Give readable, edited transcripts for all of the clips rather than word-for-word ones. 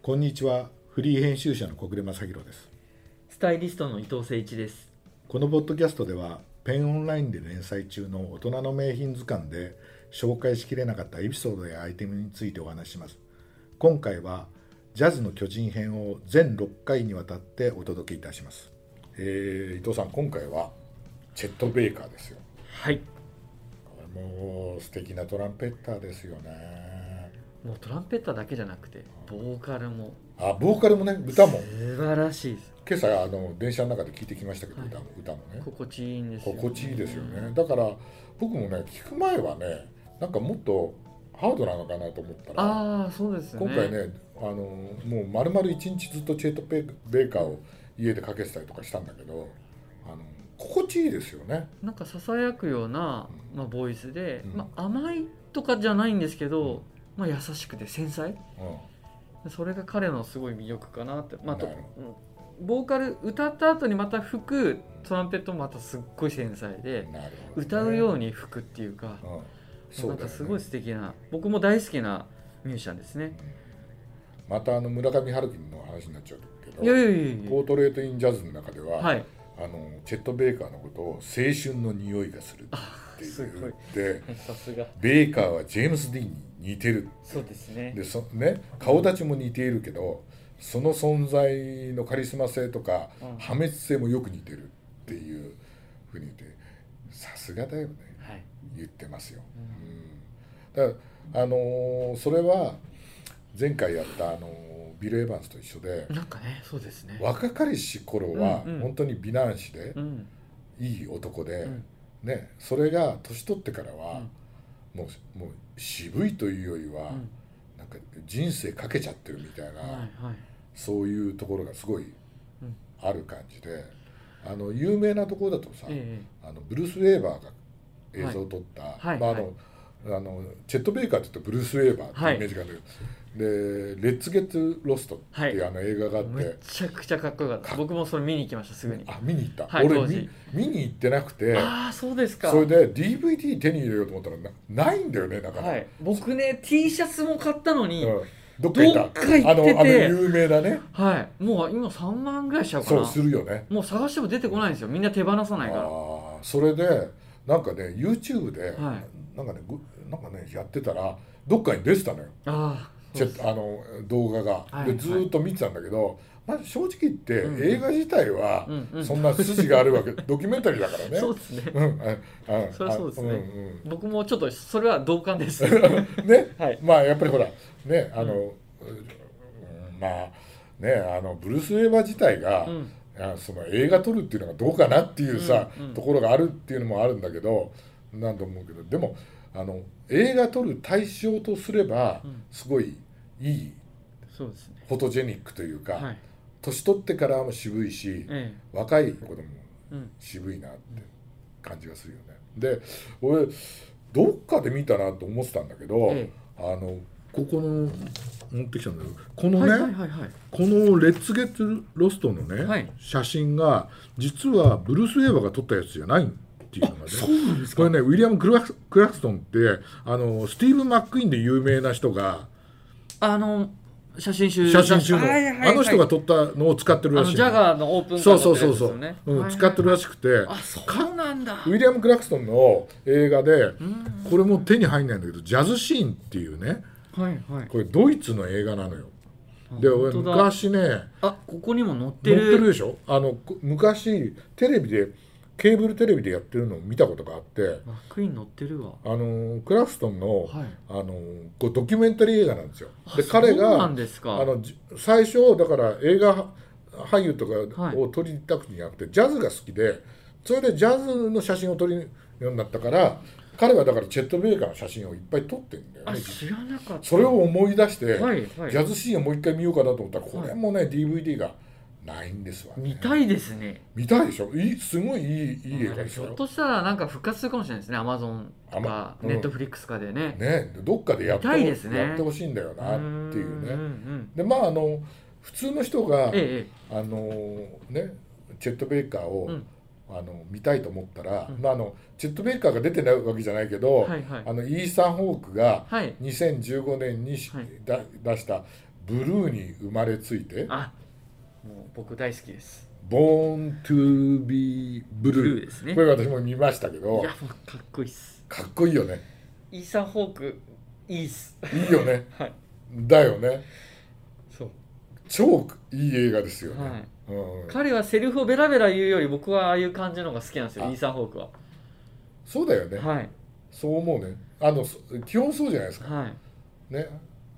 こんにちは。フリー編集者の小暮正弘です。 スタイリストの伊藤誠一です。 このポッドキャストではペンオンラインで連載中の大人の名品図鑑で紹介しきれなかったエピソードやアイテムについてお話しします。今回はジャズの巨人編を全6回にわたってお届けいたします。伊藤さん、今回はチェット・ベイカーですよ。 はい。 これも素敵なトランペッターですよね。 もうトランペッターだけじゃなくてボーカルもボーカルもね、歌も素晴らしいです。 今朝電車の中で聞いてきましたけど、歌もね心地いいんですよね。 心地いいですよね。だから僕もね、聞く前はね、なんかもっとハードなのかなと思ったら、 そうですね。 今回ね、もう丸々一日ずっとチェット・ベイカーを家でかけてたりとかしたんだけど、心地いいですよね。 なんかささやくような、ボイスで、甘いとかじゃないんですけど、優しくて繊細、それが彼のすごい魅力かなって。ボーカル歌った後にまた吹くトランペットもまたすっごい繊細で、歌うように吹くっていうか、なんかすごい素敵な、僕も大好きなミュージシャンですね。 また村上春樹の話になっちゃうけど、ポートレート・イン・ジャズの中では、チェット・ベイカーのことを青春の匂いがするって言ってさすがベイカーはジェームス・ディーンに似てる。 そうですね。 で顔立ちも似ているけど、その存在のカリスマ性とか、破滅性もよく似てるっていうふうに言って、さすがだよね、言ってますよ。だからそれは前回やったビル・エヴァンスと一緒で、 なんかね、そうですね。 若かりし頃は本当に美男子で、いい男で、それが年取ってからは、もう渋いというよりは、なんか人生かけちゃってるみたいな、そういうところがすごいある感じで、有名なところだとさ、ブルース・ウェーバーが映像を撮った、チェット・ベイカーって言うとブルース・ウェーバーってイメージがある、でレッツ・ゲット・ロストっていう映画があって、 めちゃくちゃかっこよかった。僕もそれ見に行きました、すぐに。 見に行った、俺見に行ってなくて、 そうですか。 それで DVD 手に入れようと思ったらないんだよね、だから、 僕ね T シャツも買ったのに、 どっか行ってて、有名だね。 もう今3万ぐらいしちゃうかな。 そうするよね。 もう探しても出てこないんですよ、みんな手放さないから。 それでなんかね YouTube で、なんかねやってたらどっかに出てたのよ、動画が。でずっと見てたんだけど、正直言って映画自体はそんな筋があるわけ、ドキュメンタリーだからね。 そうですね。それはそうですね。僕もちょっとそれは同感ですね。 やっぱりほらね、ブルース・ウェーバー自体が、その映画撮るっていうのがどうかなっていうさ、ところがあるっていうのもあるんだけど、なんと思うけど、でも映画撮る対象とすればすごいいい、フォトジェニックというか、年取ってからも渋いし、若い子でも渋いなって感じがするよね。で俺どっかで見たなと思ってたんだけど、ここの持ってきたんだけど、このね、このレッツ・ゲット・ロストのね、写真が実はブルース・ウェーバーが撮ったやつじゃないっていうのがね。 そうなんですか。 これね、ウィリアム・クラクストンってスティーブ・マック・イーンで有名な人が写真集の人が撮ったのを使ってるらしい。 ジャガーのオープンカーのやつですよね。 使ってるらしくて、 そうなんだ。 ウィリアム・クラクストンの映画で、これも手に入んないんだけど、ジャズシーンっていうね、これドイツの映画なのよ。で俺昔ね、 ここにも載ってる。 載ってるでしょ。昔テレビで、ケーブルテレビでやってるのを見たことがあって、 マックイーン載ってるわ。 クラクストンの、こうドキュメンタリー映画なんですよ。で彼が最初だから映画俳優とかを撮りたくてなくて、ジャズが好きで、それでジャズの写真を撮るようになったから、彼はだからチェット・ベイカーの写真をいっぱい撮ってるんだよね。 知らなかった。 それを思い出して、ジャズシーンをもう一回見ようかなと思ったら、これもね DVD がないんですわね。 見たいですね。 見たいでしょ。すごいいい映画ですよ。 ひょっとしたらなんか復活するかもしれないですね。Amazon とかネットフリックスかでね。 どっかでやってほしいんだよなっていうね。で普通の人がチェット・ベイカーを見たいと思ったら、チェット・ベイカーが出てないわけじゃないけど、イーサン・ホークが2015年に出したブルーに生まれついて、 あ、もう僕大好きです。 Born to be ブルーブルーですね。 これ私も見ましたけど、 いやもうかっこいいっす。 かっこいいよね。 イーサン・ホークいいっす。 いいよね。 はい。 だよね。 そう。 超いい映画ですよね。 はい。 うん、 彼はセリフをベラベラ言うより僕はああいう感じの方が好きなんですよ、 あイーサン・ホークは。 そうだよね。 はい。 そう思うね。基本そうじゃないですか。 はい。 ね。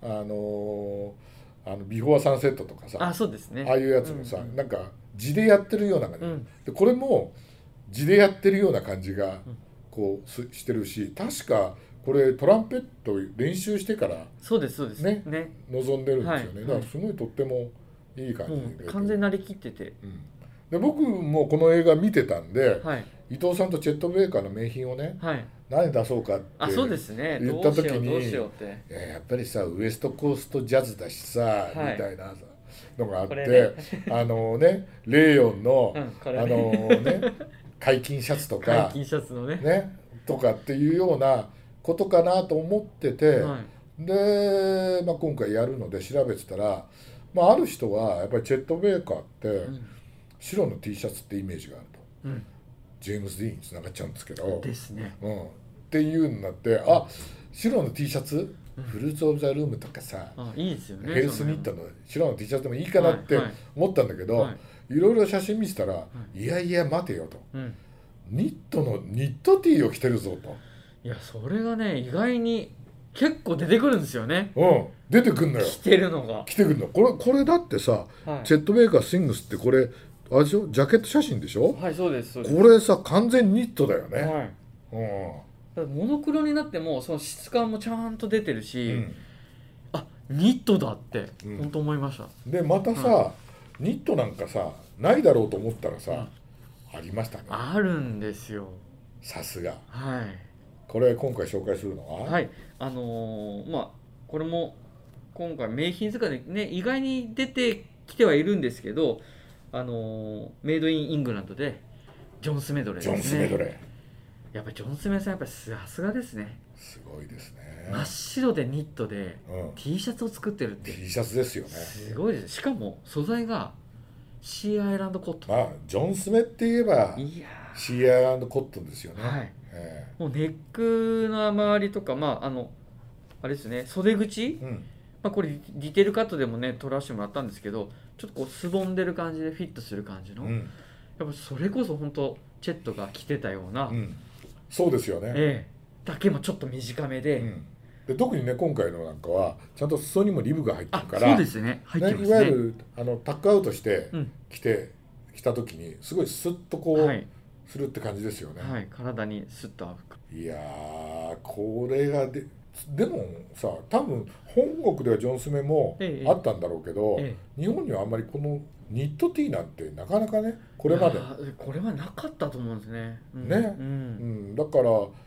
ビフォーサンセットとかさ、 あ、そうですね。 ああいうやつもさ、 うんうん、 なんか字でやってるような感じ、 うん、 でこれも字でやってるような感じがうん、 こうしてるし、確かこれトランペット練習してからそうですそうですねね。 臨んでるんですよね、 はいだからすごいとってもいい感じもでう完全になりきってて、 うん、で僕もこの映画見てたんで、 はい伊藤さんとチェット・ベイカーの名品をね、 はい。 何出そうかってあ、そうですね。 言った時にどうしようって。 やっぱりさウエストコーストジャズだしさ、 はいみたいなのがあって、 これレイヨンの、 うん、これね解禁シャツとか解禁シャツのね。 とかっていうようなことかなと思ってて、 はい。 で、今回やるので調べてたら、ある人はやっぱりチェット・ベイカーってうん白の T シャツってイメージがあると、 うん。 ジェームズ・ディーンにつながっちゃうんですけど、 ですね。 っていうのになって、白の T シャツ、フルーツ・オブ・ザ・ルームとかさ、 あ、いいですよね。 ヘルスニットの白の T シャツでもいいかなって思ったんだけど、いろいろ写真見せたら、いやいや待てよと、ニット T を着てるぞと。 いや、それがね、意外に結構出てくるんですよね。 出てくるのよ。 着てるのが。 着てくるの。これだってさ、チェット・ベイカー・スイングスってこれあれでしょ、ジャケット写真でしょ。 はい、そうですそうです。 これさ完全ニットだよね。 はい。モノクロになってもその質感もちゃんと出てるし、あ、ニットだって本当思いました。 でまたさ、ニットなんかさないだろうと思ったらさ、ありましたね。 あるんですよ。 さすが。 はい。 これ今回紹介するのは、 はい、これも今回名品図鑑でね意外に出てきてはいるんですけど、メイドインイングランドでジョン・スメドレーですね。 ジョン・スメドレー。 やっぱりジョン・スメさんやっぱりさすがですね。 すごいですね。 真っ白でニットで T シャツを作ってるって。 T シャツですよね。 すごいです。しかも素材がシーアイランドコットン。 ジョン・スメって言えばシーアイランドコットンですよね。 はい。もうネックの周りとかあれですね、袖口、これディテールカットでもね撮らせてもらったんですけど、ちょっとこうすぼんでる感じでフィットする感じの、やっぱそれこそ本当チェットが着てたような、 そうですよね、 だけもちょっと短めで、 で特にね今回のなんかはちゃんと裾にもリブが入ってるから、 そうですね、入ってますね。 いわゆるタックアウトして着た時にすごいスッとこう、するって感じですよね。 はい、体にスッと合う。 いやーこれがでもさ多分本国ではジョン・スメもあったんだろうけど、日本にはあんまりこのニット T なんてなかなかねこれまでこれはなかったと思うんですね。 だから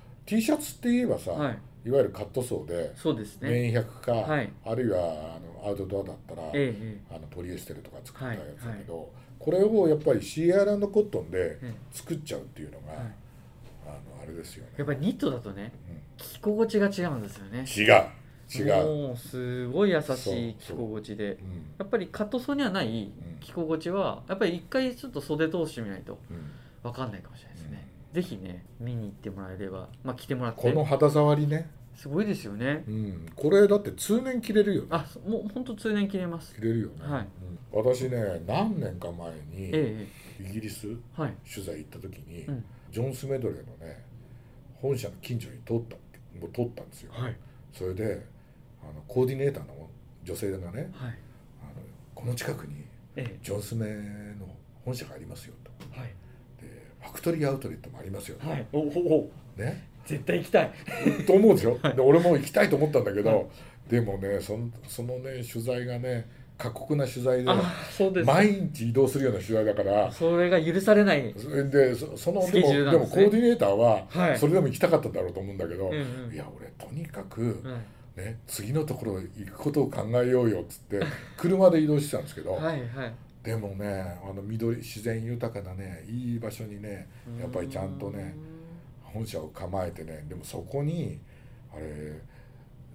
T シャツって言えばさ、いわゆるカットソーで綿100か、あるいはアウトドアだったら、ポリエステルとか作ったやつだけど、これをやっぱりシーアイランドコットンで作っちゃうっていうのが、あれですよね。 やっぱりニットだとね、着心地が違うんですよね。 違う。 もうすごい優しい着心地で、やっぱりカットソーにはない着心地はやっぱり一回ちょっと袖通してみないと分かんないかもしれないですね。ぜひね見に行ってもらえれば、着てもらって。 この肌触りねすごいですよね。 これだって通年着れるよね。 もう本当通年着れます。 着れるよね。私ね何年か前にイギリス取材行った時に、ジョン・スメドレーのね本社の近所に通ったんですよ。それでコーディネーターの女性がね、この近くにジョン・スメの本社がありますよと、でファクトリーアウトレットもありますよと、ね、 絶対行きたいと思うでしょ。で俺も行きたいと思ったんだけど、でもねそのね取材がね過酷な取材で毎日移動するような取材だから、 それが許されない。 でもコーディネーターはそれでも行きたかったんだろうと思うんだけど、いや俺とにかく、次のところ行くことを考えようよっつって車で移動してたんですけど、でもね自然豊かなねいい場所にねやっぱりちゃんとね本社を構えてね、でもそこにあれ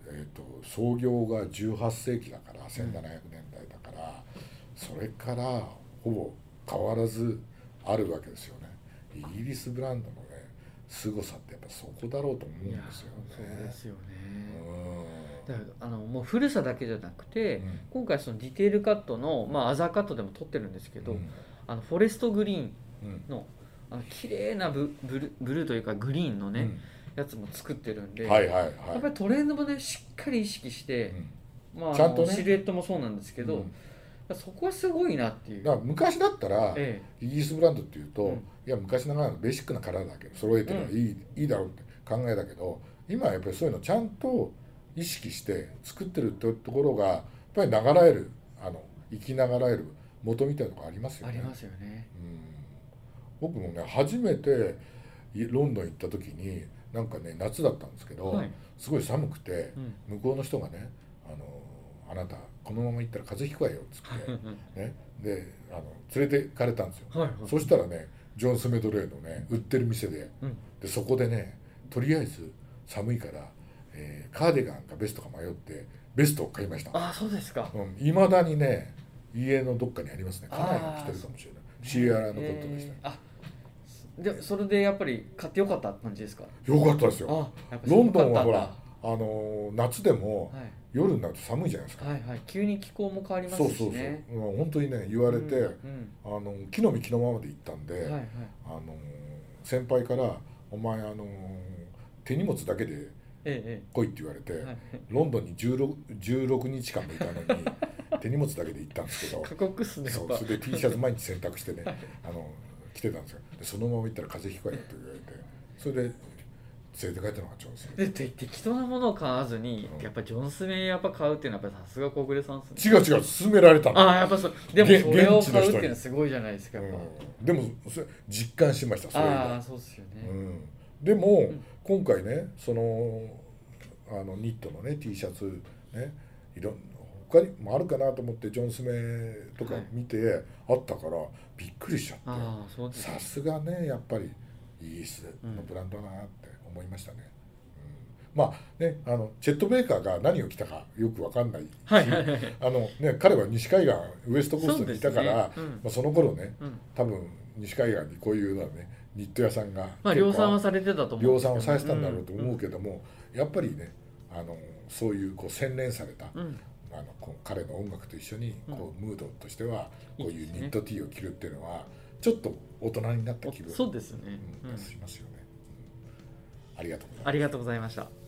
創業が18世紀だから1700年代だから、それからほぼ変わらずあるわけですよね。イギリスブランドのね凄さってやっぱそこだろうと思うんですよね。 そうですよね。だからもう古さだけじゃなくて、今回そのディテールカットの、アザーカットでも撮ってるんですけど、フォレストグリーンの、綺麗なブルーというかグリーンのね、やつも作ってるんで、やっぱりトレンドもねしっかり意識して、ちゃんとねシルエットもそうなんですけど、そこはすごいなっていう。 だから昔だったら、イギリスブランドっていうと、いや昔ながらのベーシックなカラーだけど揃えてればいいだろうって考えだけど、今はやっぱりそういうのちゃんと意識して作ってるってところがやっぱり流らえる生きながらえる元みたいなところありますよね。 ありますよね。 僕もね初めてロンドン行った時になんかね夏だったんですけど、すごい寒くて、向こうの人がねあなたこのまま行ったら風邪ひくわよっつってねで連れてかれたんですよ。そしたらねジョン・スメドレーのね売ってる店で、でそこでねとりあえず寒いから、カーディガンかベストか迷ってベストを買いました。 あ、そうですか。 いまだにね家のどっかにありますね。家内が着てるかもしれない。シエラのコットでした。 でそれでやっぱり買ってよかった感じですか？ よかったですよ。ロンドンはほら夏でも夜になると寒いじゃないですか。 急に気候も変わりますしね。 本当にね言われて、木の実木のままで行ったんで、先輩からお前手荷物だけで来いって言われて、ロンドンに16日間もいたのに手荷物だけで行ったんですけど、 過酷っすね。 それで T シャツ毎日洗濯してね着てたんですよ。でそのまま行ったら風邪ひくわよって言われて、それで連れて帰ったのがジョンスメ。 で適当なものを買わずに、やっぱジョンスメやっぱ買うっていうのはやっぱさすが小暮さんですね。違う勧められたの。 やっぱそう。でもそれを買うっていうのはすごいじゃないですか。 でもそれ実感しました。それがそうですよね。 でも今回ねそのニットのね T シャツね他にもあるかなと思ってジョンスメとか見てあったからびっくりしちゃって、さすがねやっぱりイギリスのブランドだなって思いましたね。チェット・ベイカーが何を着たかよく分かんないし、彼は西海岸ウエストコーストにいたから、その頃ね多分西海岸にこういうようなねニット屋さんが量産はされてたと思う。 量産をされてたんだろうと思うけども、やっぱりねそういう洗練された、彼の音楽と一緒にムードとしてはこういうニット T を着るっていうのはちょっと大人になった気分そうですね。 しますよね。ありがとうございました。 ありがとうございました。